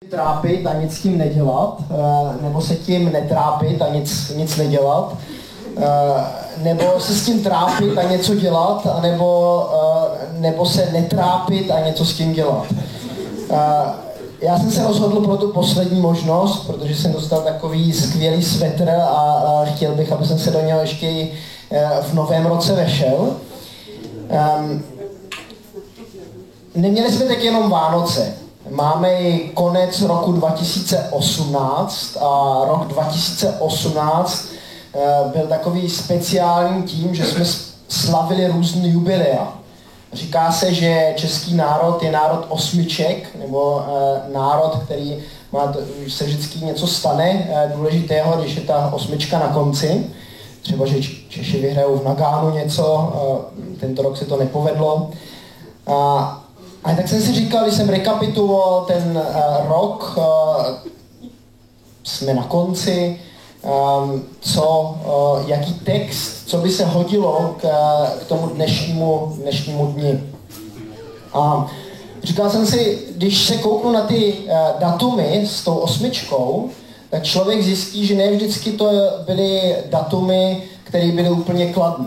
Trápit a nic s tím nedělat, nebo se tím netrápit a nic nedělat, nebo se s tím trápit a něco dělat, nebo se netrápit a něco s tím dělat. Já jsem se rozhodl pro tu poslední možnost, protože jsem dostal takový skvělý svetr a chtěl bych, aby jsem se do něho ještě v novém roce vešel. Neměli jsme tak jenom Vánoce. Máme i konec roku 2018 a rok 2018 byl takový speciální tím, že jsme slavili různý jubilea. Říká se, že český národ je národ osmiček, nebo národ, který se vždycky něco stane důležitého, když je ta osmička na konci. Třeba, že Češi vyhrajou v Nagánu něco, tento rok se to nepovedlo. A tak jsem si říkal, když jsem rekapituloval ten rok, jsme na konci, jaký text, co by se hodilo k tomu dnešnímu dni. A říkal jsem si, když se kouknu na ty datumy s tou osmičkou, tak člověk zjistí, že ne vždycky to byly datumy, které byly úplně kladné.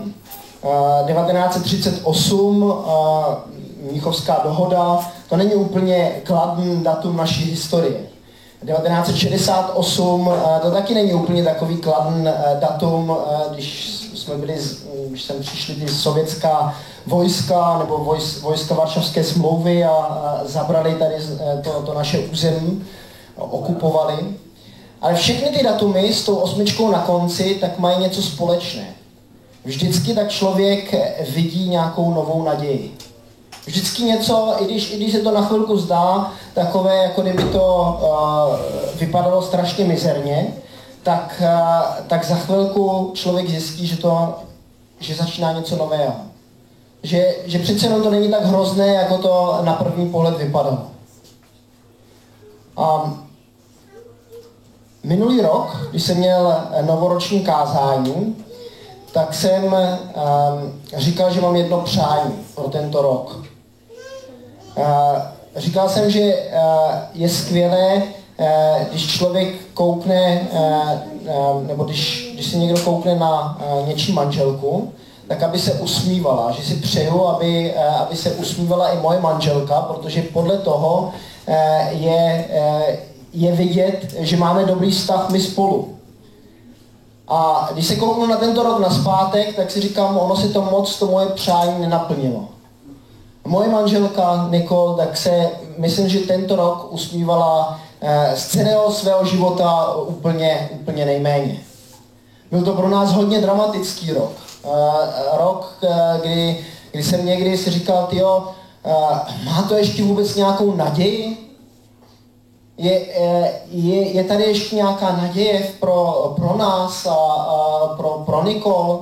1938, Mnichovská dohoda, to není úplně kladný datum naší historie. 1968, to taky není úplně takový kladný datum, když sem přišli ty sovětská vojska nebo vojska Varšavské smlouvy a zabrali tady to naše území, okupovali. Ale všechny ty datumy s tou osmičkou na konci tak mají něco společné. Vždycky tak člověk vidí nějakou novou naději. Vždycky něco, i když se to na chvilku zdá takové, jako kdyby to vypadalo strašně mizerně, tak za chvilku člověk zjistí, že začíná něco nového. Že přece jenom to není tak hrozné, jako to na první pohled vypadalo. Minulý rok, když jsem měl novoroční kázání, tak jsem říkal, že mám jedno přání pro tento rok. Říkal jsem, že je skvělé, když člověk koukne, nebo když si někdo koukne na něčí manželku, tak aby se usmívala. Že si přeju, aby se usmívala i moje manželka, protože podle toho je vidět, že máme dobrý vztah my spolu. A když se kouknu na tento rok nazpátek, tak si říkám, ono se to moc to moje přání nenaplnilo. Moje manželka Nicole, tak se, myslím, že tento rok usmívala z celého svého života úplně nejméně. Byl to pro nás hodně dramatický rok. Rok, kdy jsem někdy si říkal, tyjo, má to ještě vůbec nějakou naději? Je tady ještě nějaká naděje pro nás a pro Nicole?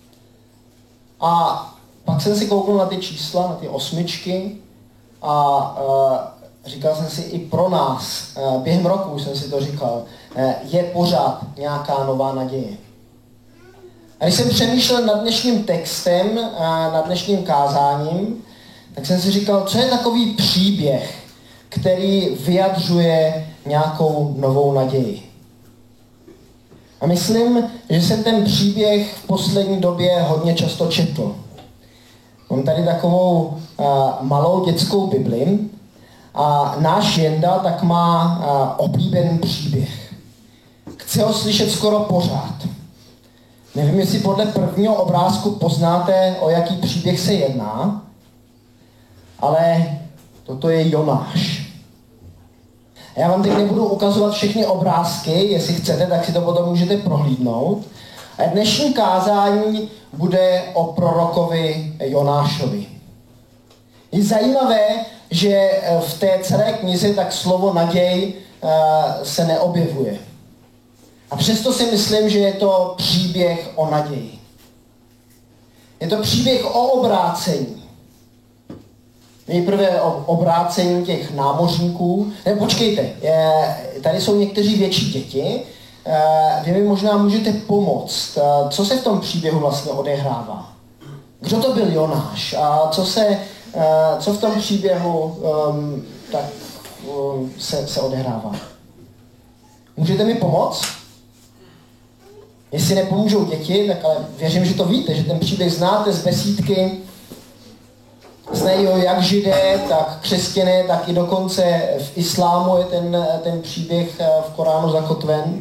A pak jsem si kouknul na ty čísla, na ty osmičky a říkal jsem si i pro nás, během roku jsem si to říkal, je pořád nějaká nová naděje. A když jsem přemýšlel nad dnešním textem, nad dnešním kázáním, tak jsem si říkal, co je takový příběh, který vyjadřuje nějakou novou naději. A myslím, že jsem ten příběh v poslední době hodně často četl. Mám tady takovou malou dětskou Bibli a náš Jenda tak má oblíbený příběh. Chce ho slyšet skoro pořád. Nevím, jestli podle prvního obrázku poznáte, o jaký příběh se jedná, ale toto je Jonáš. Já vám teď nebudu ukazovat všechny obrázky, jestli chcete, tak si to potom můžete prohlídnout. A dnešní kázání bude o prorokovi Jonášovi. Je zajímavé, že v té celé knize tak slovo naděj se neobjevuje. A přesto si myslím, že je to příběh o naději. Je to příběh o obrácení. Nejprve o obrácení těch námořníků. Počkejte, tady jsou někteří větší děti. Vy mi možná můžete pomoct. Co se v tom příběhu vlastně odehrává? Kdo to byl Jonáš? A co v tom příběhu tak se odehrává. Můžete mi pomoct? Jestli nepomůžou děti, tak ale věřím, že to víte, že ten příběh znáte z besídky. Znají ho jak Židé, tak křesťané, tak i dokonce v islámu je ten příběh v Koránu zakotven.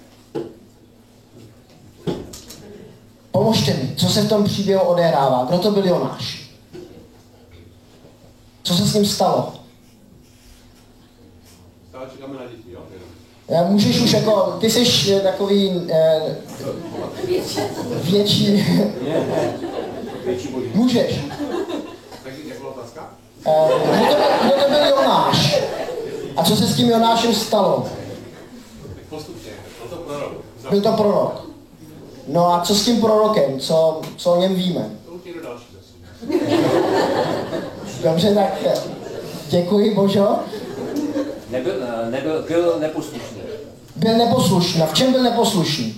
Pomožte mi, co se v tom příběhu odehrává? Kdo to byl Jonáš? Co se s ním stalo? Stále čekáme na děti, jo? Můžeš už jako, ty jsi takový větší. Můžeš. Tak jak byla otázka? Kdo to byl Jonáš? A co se s tím Jonášem stalo? Tak postupně, byl to prorok. Byl to prorok. No a co s tím prorokem? Co o něm víme? To už někdo další zase. Dobře, tak děkuji, Božo. Byl neposlušný. Byl neposlušný. A v čem byl neposlušný?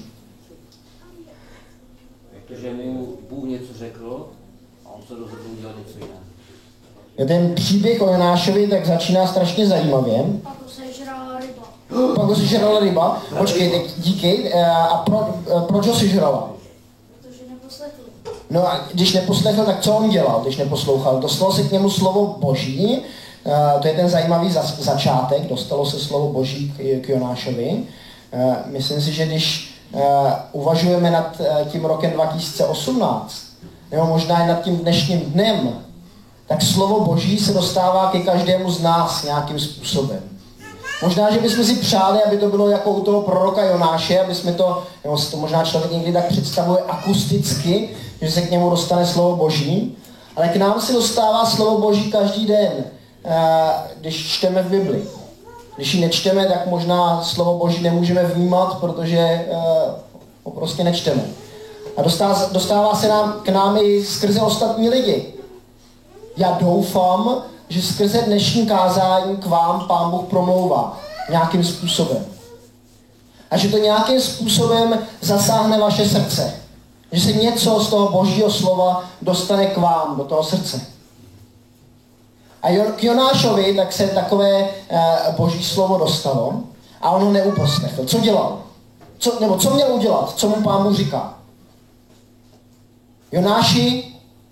Protože mu Bůh něco řekl a on se rozhodl udělat něco jiného. Ten příběh o Jonášovi tak začíná strašně zajímavě. Pak ho sežrala ryba. Pak ho sežrala ryba. Počkej, tak díky. A proč ho sežrala? Protože neposlechl. No a když neposlechl, tak co on dělal, když neposlouchal? Dostalo se k němu slovo Boží, to je ten zajímavý začátek, dostalo se slovo Boží k Jonášovi. Myslím si, že když uvažujeme nad tím rokem 2018, nebo možná i nad tím dnešním dnem, tak slovo Boží se dostává ke každému z nás nějakým způsobem. Možná, že bychom si přáli, aby to bylo jako u toho proroka Jonáše, aby jsme to, nebo si to možná člověk někdy tak představuje akusticky, že se k němu dostane slovo Boží, ale k nám se dostává slovo Boží každý den, když čteme v Bibli. Když ji nečteme, tak možná slovo Boží nemůžeme vnímat, protože ho prostě nečteme. A dostává se k nám i skrze ostatní lidi. Já doufám, že skrze dnešní kázání k vám Pán Bůh promlouvá nějakým způsobem. A že to nějakým způsobem zasáhne vaše srdce. Že se něco z toho Božího slova dostane k vám, do toho srdce. A k Jonášovi tak se takové Boží slovo dostalo a on ho neuposlechl. Co dělal? Co měl udělat? Co mu Pán Bůh říká? Jonáši,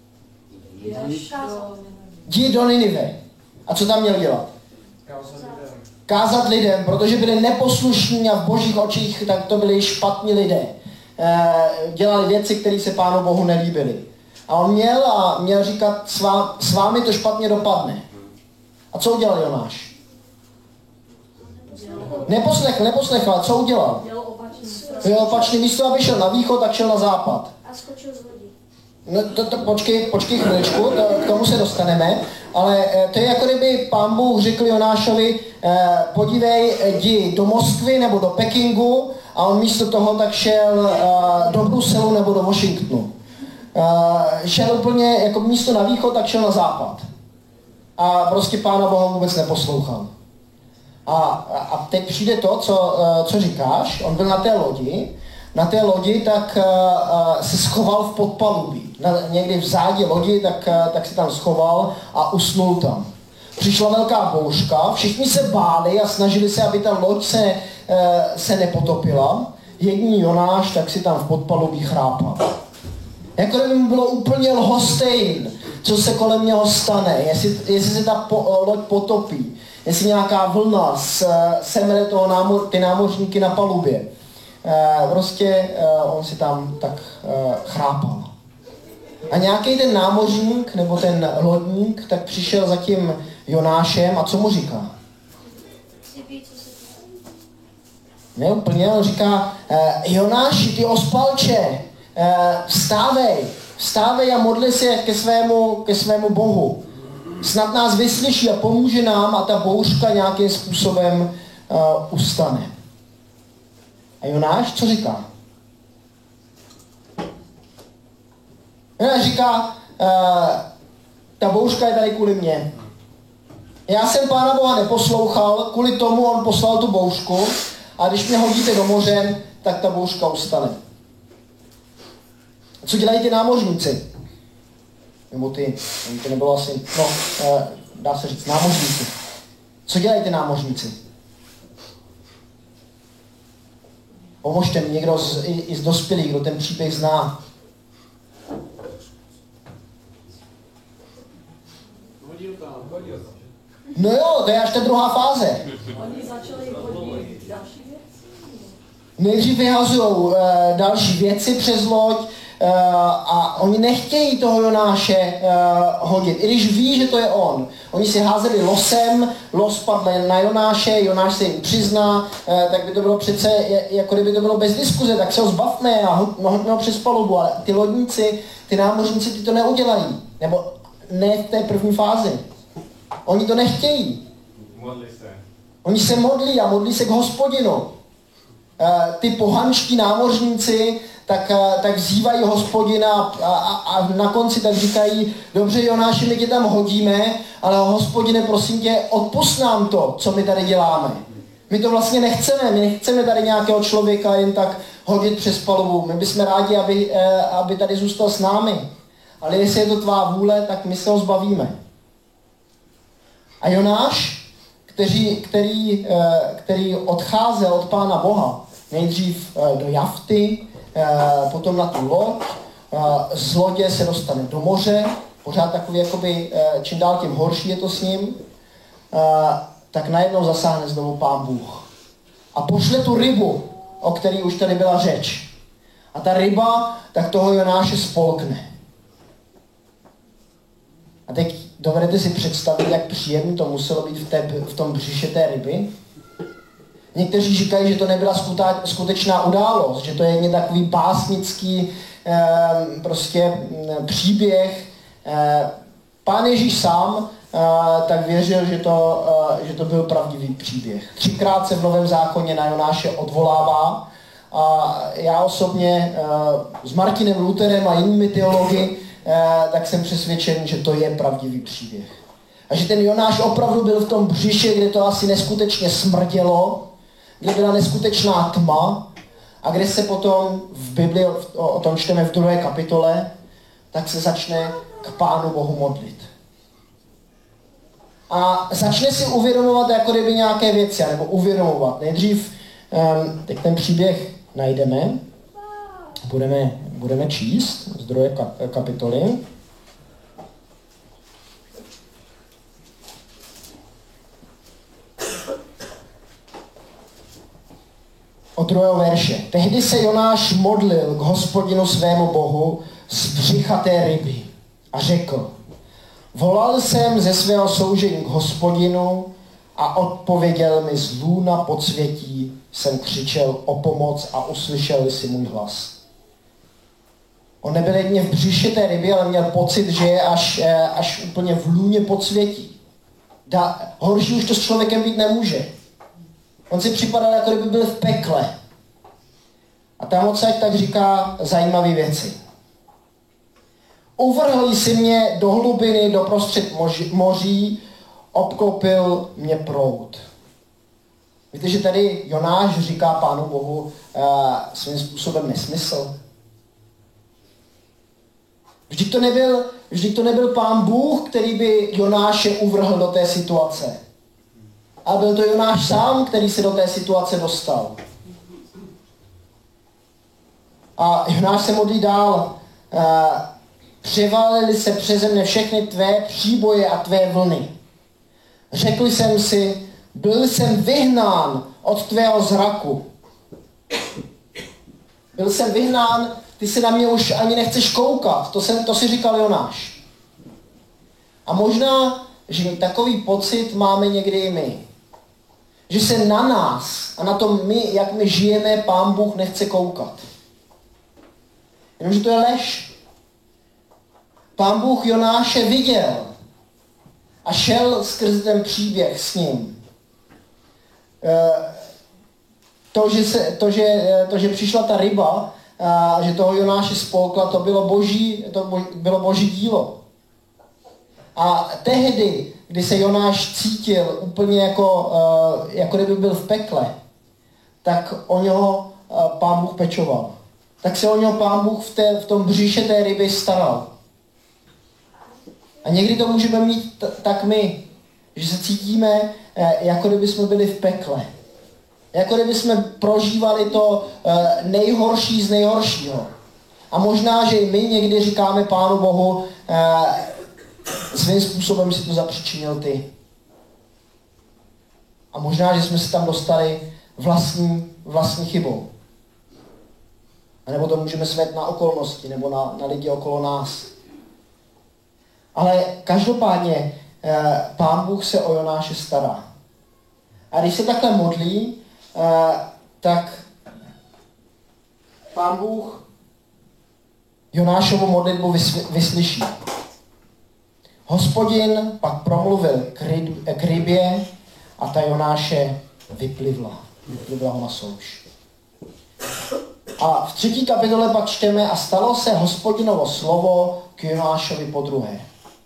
jdi do Ninive. A co tam měl dělat? Kázat lidem, protože byli neposlušní a v Božích očích tak to byli špatní lidé. Dělali věci, které se Pánu Bohu nelíbily. A on měl říkat, s vámi to špatně dopadne. A co udělal Jonáš? Neposlechl. A co udělal? Byl opačný. Místo, aby šel na východ, tak šel na západ. A skočil z lodi. No počkej chviličku, k tomu se dostaneme, ale to je jako kdyby Pán Bůh řekl Jonášovi, podívej, jdi do Moskvy nebo do Pekingu, a on místo toho tak šel do Bruselu nebo do Washingtonu. Šel úplně jako místo na východ, tak šel na západ. A prostě Pána Boha vůbec neposlouchal. A teď přijde to, co říkáš, on byl na té lodi tak se schoval v podpalubí. Někdy v zádě lodi, tak se tam schoval a usnul tam. Přišla velká bouřka, všichni se báli a snažili se, aby ta loď se nepotopila. Jediný Jonáš tak si tam v podpalubí chrápal. Jako kdyby mu bylo úplně lhostejn, co se kolem něho stane, jestli se ta loď potopí, jestli nějaká vlna semele ty námořníky na palubě. Prostě on si tam tak chrápal. A nějaký ten námořník nebo ten lodník tak přišel za tím Jonášem a co mu říká? Ne úplně, on říká, Jonáši, ty ospalče, vstávej a modli se ke svému Bohu. Snad nás vyslyší a pomůže nám a ta bouřka nějakým způsobem ustane. A Jonáš co říká? Jonáš říká, ta bouřka je tady kvůli mně. Já jsem Pána Boha neposlouchal, kvůli tomu on poslal tu bouřku a když mě hodíte do moře, tak ta bouřka ustane. A co dělají ty námořníci? Nebo to nebylo asi, dá se říct, námořníci. Co dělají ty námořníci? Pomožte mi někdo i z dospělých, kdo ten příběh zná. No jo, to je až ta druhá fáze. Oni začali hodit další věci. Nejdřív vyhazují další věci přes loď a oni nechtějí toho Jonáše hodit. I když ví, že to je on. Oni si házeli losem, los padl na Jonáše, Jonáš se jim přizná, tak by to bylo přece, jako kdyby to bylo bez diskuze, tak se ho zbavme a hoďme ho přes palubu. Ale ty lodníci, ty námořníci, ty to neudělají. Nebo ne v té první fázi. Oni to nechtějí. Modli se. Oni se modlí a modlí se k Hospodinu. Ty pohanští námořníci tak vzývají Hospodina a na konci tak říkají, dobře Jonáši, my tě tam hodíme, ale Hospodine, prosím tě, odpusť nám to, co my tady děláme. My to vlastně nechceme, my nechceme tady nějakého člověka jen tak hodit přes palubu. My bychom rádi, aby tady zůstal s námi. Ale jestli je to tvá vůle, tak my se ho zbavíme. A Jonáš, který odcházel od Pána Boha, nejdřív do Jafty, potom na tu loď, z lodě se dostane do moře, pořád takový jakoby, čím dál tím horší je to s ním, tak najednou zasáhne znovu Pán Bůh. A pošle tu rybu, o který už tady byla řeč. A ta ryba tak toho Jonáše spolkne. A teď dovedete si představit, jak příjemné to muselo být v tom břiše té ryby? Někteří říkají, že to nebyla skutečná událost, že to je takový básnický příběh. Pán Ježíš sám tak věřil, že to byl pravdivý příběh. 3krát se v Novém zákoně na Jonáše odvolává a já osobně s Martinem Lutherem a jinými teology tak jsem přesvědčen, že to je pravdivý příběh. A že ten Jonáš opravdu byl v tom břiše, kde to asi neskutečně smrdělo, kde byla neskutečná tma a kde se potom v Bibli, o tom čteme v 2. kapitole, tak se začne k Pánu Bohu modlit. A začne si uvědomovat jako kdyby nějaké věci, nebo uvědomovat. Nejdřív teď ten příběh najdeme, budeme číst z 2. kapitoly. Od 2. verše. Tehdy se Jonáš modlil k Hospodinu svému Bohu z břicha té ryby a řekl, volal jsem ze svého soužení k Hospodinu a odpověděl mi z lůna podsvětí, jsem křičel o pomoc a uslyšel si můj hlas. On nebyl jedně v břiše té ryby, ale měl pocit, že je až úplně v lůně podsvětí. Horší už to s člověkem být nemůže. On si připadal, jako kdyby byl v pekle. A tam odsaď tak říká zajímavé věci. Uvrhl jsi mě do hlubiny, doprostřed moří, obklopil mě proud. Víte, že tady Jonáš říká Pánu Bohu svým způsobem nesmysl. Vždyť to nebyl Pán Bůh, který by Jonáše uvrhl do té situace. A byl to Jonáš sám, který se do té situace dostal. A Jonáš se modlí dál. Převalily se přeze mne všechny tvé příboje a tvé vlny. Řekl jsem si, byl jsem vyhnán od tvého zraku. Byl jsem vyhnán, ty se na mě už ani nechceš koukat. To si říkal Jonáš. A možná, že takový pocit máme někdy i my. Že se na nás a na to my, jak my žijeme, Pán Bůh nechce koukat. Jenomže to je lež. Pán Bůh Jonáše viděl a šel skrze ten příběh s ním. To, že přišla ta ryba, že toho Jonáše spolkla, to bylo boží dílo. A tehdy, kdy se Jonáš cítil úplně jako kdyby byl v pekle, tak o něho Pán Bůh pečoval. Tak se o něho Pán Bůh v tom břiše té ryby staral. A někdy to můžeme mít tak my, že se cítíme jako kdyby jsme byli v pekle. Jako kdyby jsme prožívali to nejhorší z nejhoršího. A možná, že i my někdy říkáme Pánu Bohu, svým způsobem si to zapříčinil ty. A možná, že jsme se tam dostali vlastní chybou. A nebo to můžeme svět na okolnosti, nebo na lidi okolo nás. Ale každopádně Pán Bůh se o Jonáše stará. A když se takhle modlí, tak Pán Bůh Jonášovu modlitbu vyslyší. Hospodin pak promluvil k rybě a ta Jonáše vyplivla. Vyplivla ho na souš. A v 3. kapitole pak čteme: a stalo se Hospodinovo slovo k Jonášovi podruhé.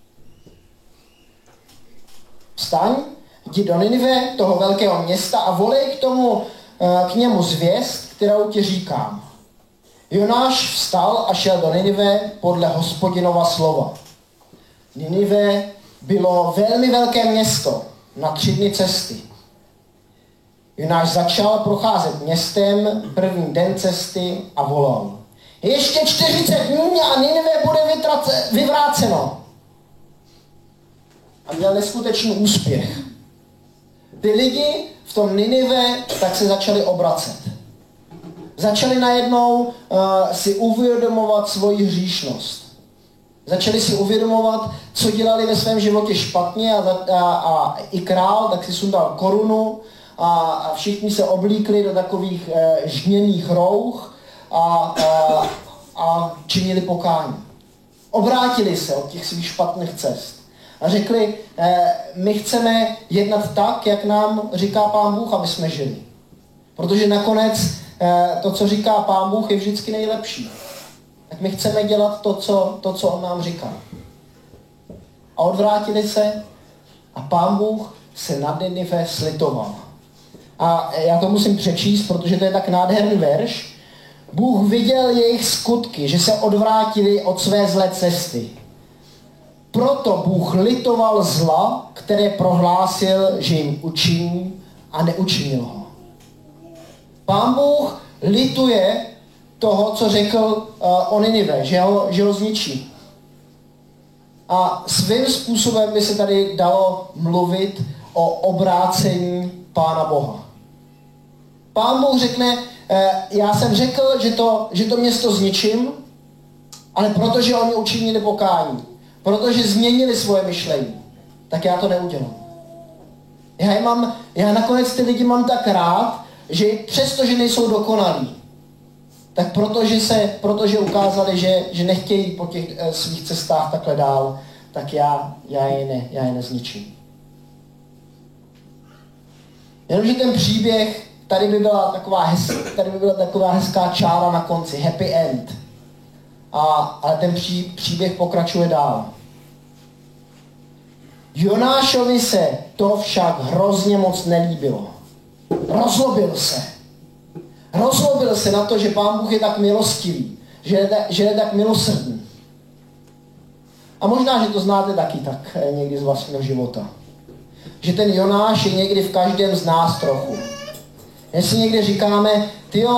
Vstaň, jdi do Ninive, toho velkého města, a volej k němu zvěst, kterou ti říkám. Jonáš vstal a šel do Ninive podle Hospodinova slova. Ninive bylo velmi velké město, na 3 dny cesty. Jonáš začal procházet městem první den cesty a volal: ještě 40 dní a Ninive bude vyvráceno. A měl neskutečný úspěch. Ty lidi v tom Ninive tak se začali obracet. Začali najednou si uvědomovat svoji hříšnost. Začali si uvědomovat, co dělali ve svém životě špatně, a i král tak si sundal korunu a všichni se oblíkli do takových žměných rouch a činili pokání. Obrátili se od těch svých špatných cest a řekli: my chceme jednat tak, jak nám říká Pán Bůh, aby jsme žili. Protože nakonec to, co říká Pán Bůh, je vždycky nejlepší. Tak my chceme dělat to, co on nám říká. A odvrátili se a Pán Bůh se nad Ninive slitoval. A já to musím přečíst, protože to je tak nádherný verš. Bůh viděl jejich skutky, že se odvrátili od své zlé cesty. Proto Bůh litoval zla, které prohlásil, že jim učiní, a neučinil ho. Pán Bůh lituje toho, co řekl o Ninive, že ho zničí. A svým způsobem by se tady dalo mluvit o obrácení Pána Boha. Pán Bůh řekne: já jsem řekl, že to město zničím, ale protože oni učinili pokání, protože změnili svoje myšlení, tak já to neudělám. Já nakonec ty lidi mám tak rád, že přesto, že nejsou dokonalí, tak protože ukázali, že nechtějí po těch svých cestách takhle dál, tak já je nezničím. Jenomže ten příběh, tady by byla taková hezká čára na konci, happy end. Ale ten příběh pokračuje dál. Jonášovi se to však hrozně moc nelíbilo. Rozlobil se na to, že Pán Bůh je tak milostivý, že je tak milosrdný. A možná, že to znáte taky tak někdy z vlastního života. Že ten Jonáš je někdy v každém z nás trochu. Jestli někdy říkáme: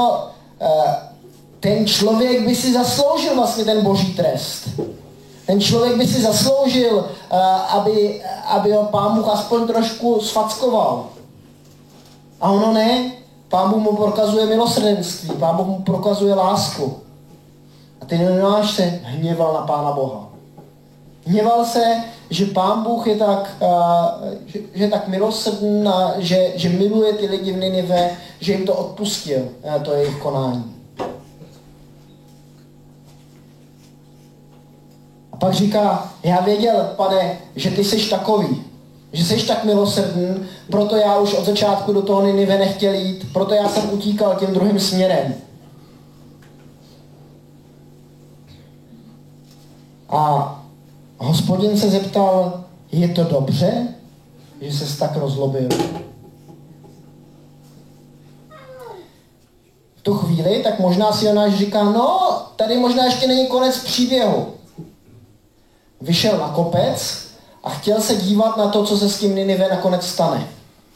ten člověk by si zasloužil vlastně ten boží trest. Ten člověk by si zasloužil, aby ho Pán Bůh aspoň trošku sfackoval. A ono ne. Pán Bůh mu prokazuje milosrdenství, Pán Bůh mu prokazuje lásku. A ten Jonáš se hněval na Pána Boha. Hněval se, že Pán Bůh je tak milosrdný, že miluje ty lidi v Ninive, že jim to odpustil, to jejich konání. A pak říká: já věděl, Pane, že ty jsi takový, že jsi tak milosrdný, proto já už od začátku do toho Ninive nechtěl jít, proto já jsem utíkal tím druhým směrem. A Hospodin se zeptal: je to dobře, že ses tak rozlobil? V tu chvíli tak možná si Jonáš říká: no, tady možná ještě není konec příběhu. Vyšel na kopec a chtěl se dívat na to, co se s tím Ninive nakonec stane.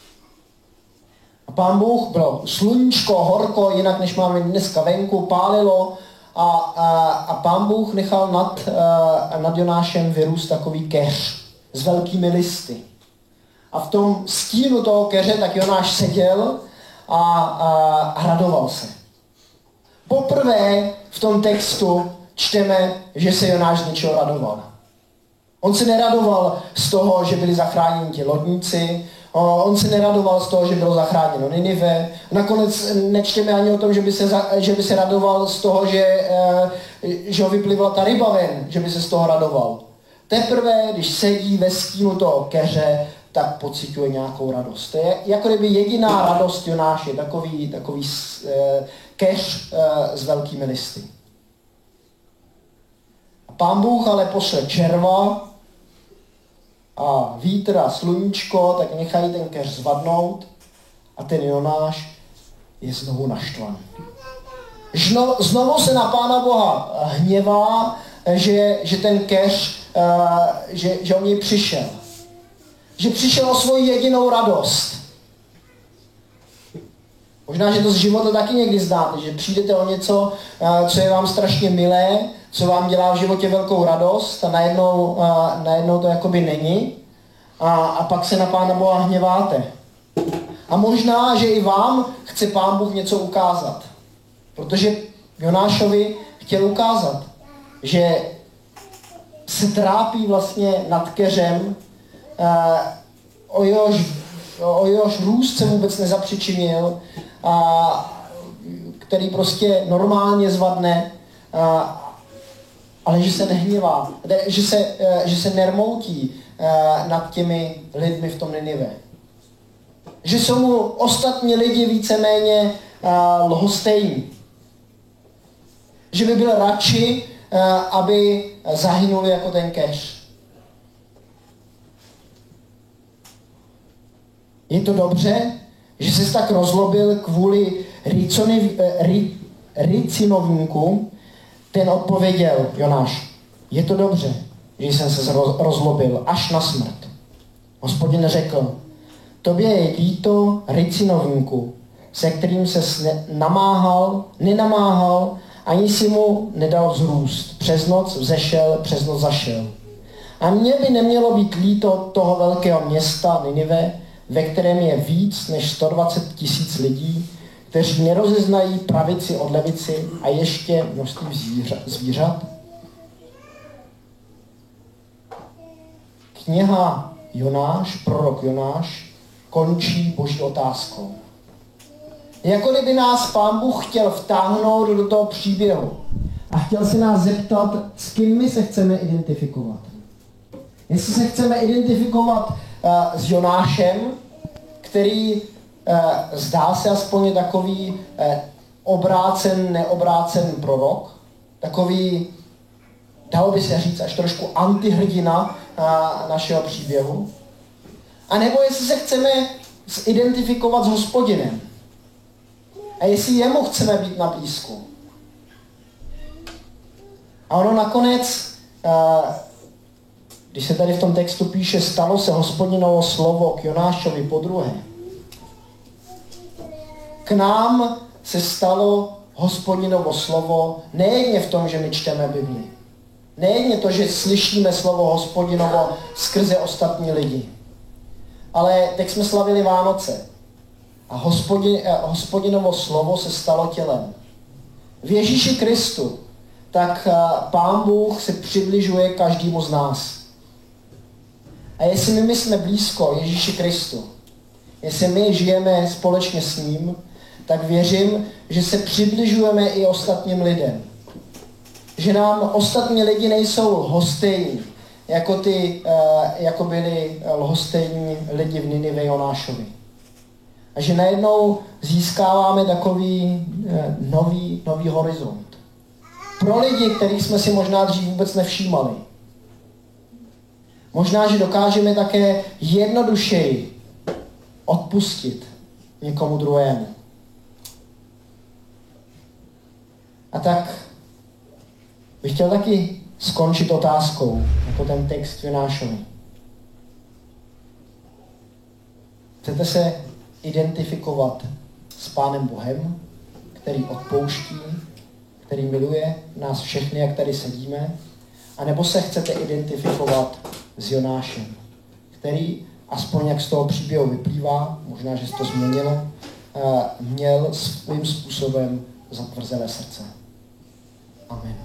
Pán Bůh, bylo sluníčko, horko, jinak než máme dneska venku, pálilo a Pán Bůh nechal nad Jonášem vyrůst takový keř s velkými listy. A v tom stínu toho keře tak Jonáš seděl a radoval se. Poprvé v tom textu čteme, že se Jonáš z něčeho radoval. On se neradoval z toho, že byli zachráněni ti lodníci, on se neradoval z toho, že bylo zachráněno Ninive. Nakonec nečteme ani o tom, že by se radoval z toho, že ho vyplivla ta ryba ven, že by se z toho radoval. Teprve, když sedí ve stínu toho keře, tak pociťuje nějakou radost. To je jako kdyby jediná radost Jonáše, takový keř s velkými listy. Pán Bůh ale pošle červa a vítr a sluníčko, tak nechají ten keř zvadnout a ten Jonáš je znovu naštvaný. Znovu se na Pána Boha hněvá, že ten keř, že on něj přišel. Že přišel o svoji jedinou radost. Možná, že to z života taky někdy znáte, že přijdete o něco, co je vám strašně milé, co vám dělá v životě velkou radost a najednou to jakoby není a pak se na Pána Boha hněváte. A možná, že i vám chce Pán Bůh něco ukázat. Protože Jonášovi chtěl ukázat, že se trápí vlastně nad keřem, o jehož růst se vůbec nezapřičinil, který prostě normálně zvadne, ale že se nehněvá, že se nermoutí nad těmi lidmi v tom Ninive. Že jsou mu ostatní lidi víceméně lhostejní. Že by byl radši, aby zahynuli jako ten keř. Je to dobře, že se tak rozlobil kvůli Ricinovníku? Ten odpověděl Jonáš, je to dobře, že jsem se rozlobil až na smrt. Hospodin řekl, tobě je líto Ricinovníku, se kterým se nenamáhal, ani si mu nedal vzrůst. Přes noc vzešel, přes noc zašel. A mně by nemělo být líto toho velkého města Ninive, ve kterém je víc než 120 000 lidí, kteří nerozeznají pravici od levici a ještě množství zvířat? Kniha Jonáš, prorok Jonáš, končí boží otázkou. Jako kdyby nás Pán Bůh chtěl vtáhnout do toho příběhu a chtěl se nás zeptat, s kým my se chceme identifikovat. Jestli se chceme identifikovat s Jonášem, který zdá se aspoň takový neobrácen prorok, takový, dalo by se říct, až trošku antihrdina našeho příběhu. A nebo jestli se chceme identifikovat s Hospodinem. A jestli jemu chceme být na blízku. A ono nakonec, když se tady v tom textu píše, stalo se Hospodinovo slovo k Jonášovi podruhé. K nám se stalo Hospodinovo slovo nejedně v tom, že my čteme Bibli. Nejedně to, že slyšíme slovo Hospodinovo skrze ostatní lidi. Ale teď jsme slavili Vánoce. A Hospodinovo slovo se stalo tělem. V Ježíši Kristu tak Pán Bůh se přibližuje každému z nás. A jestli my jsme blízko Ježíši Kristu, jestli my žijeme společně s ním, tak věřím, že se přibližujeme i ostatním lidem. Že nám ostatní lidi nejsou lhostejní, jako byli lhostejní lidi v Ninive Jonášovi. A že najednou získáváme takový nový horizont. Pro lidi, kterých jsme si možná dřív vůbec nevšímali. Možná, že dokážeme také jednodušeji odpustit někomu druhému. A tak bych chtěl taky skončit otázkou, jako ten text Jonášovi. Chcete se identifikovat s Pánem Bohem, který odpouští, který miluje nás všechny, jak tady sedíme, anebo se chcete identifikovat s Jonášem, který, aspoň jak z toho příběhu vyplývá, možná, že jsi to změnilo, měl svým způsobem zatvrzelé srdce. Amen.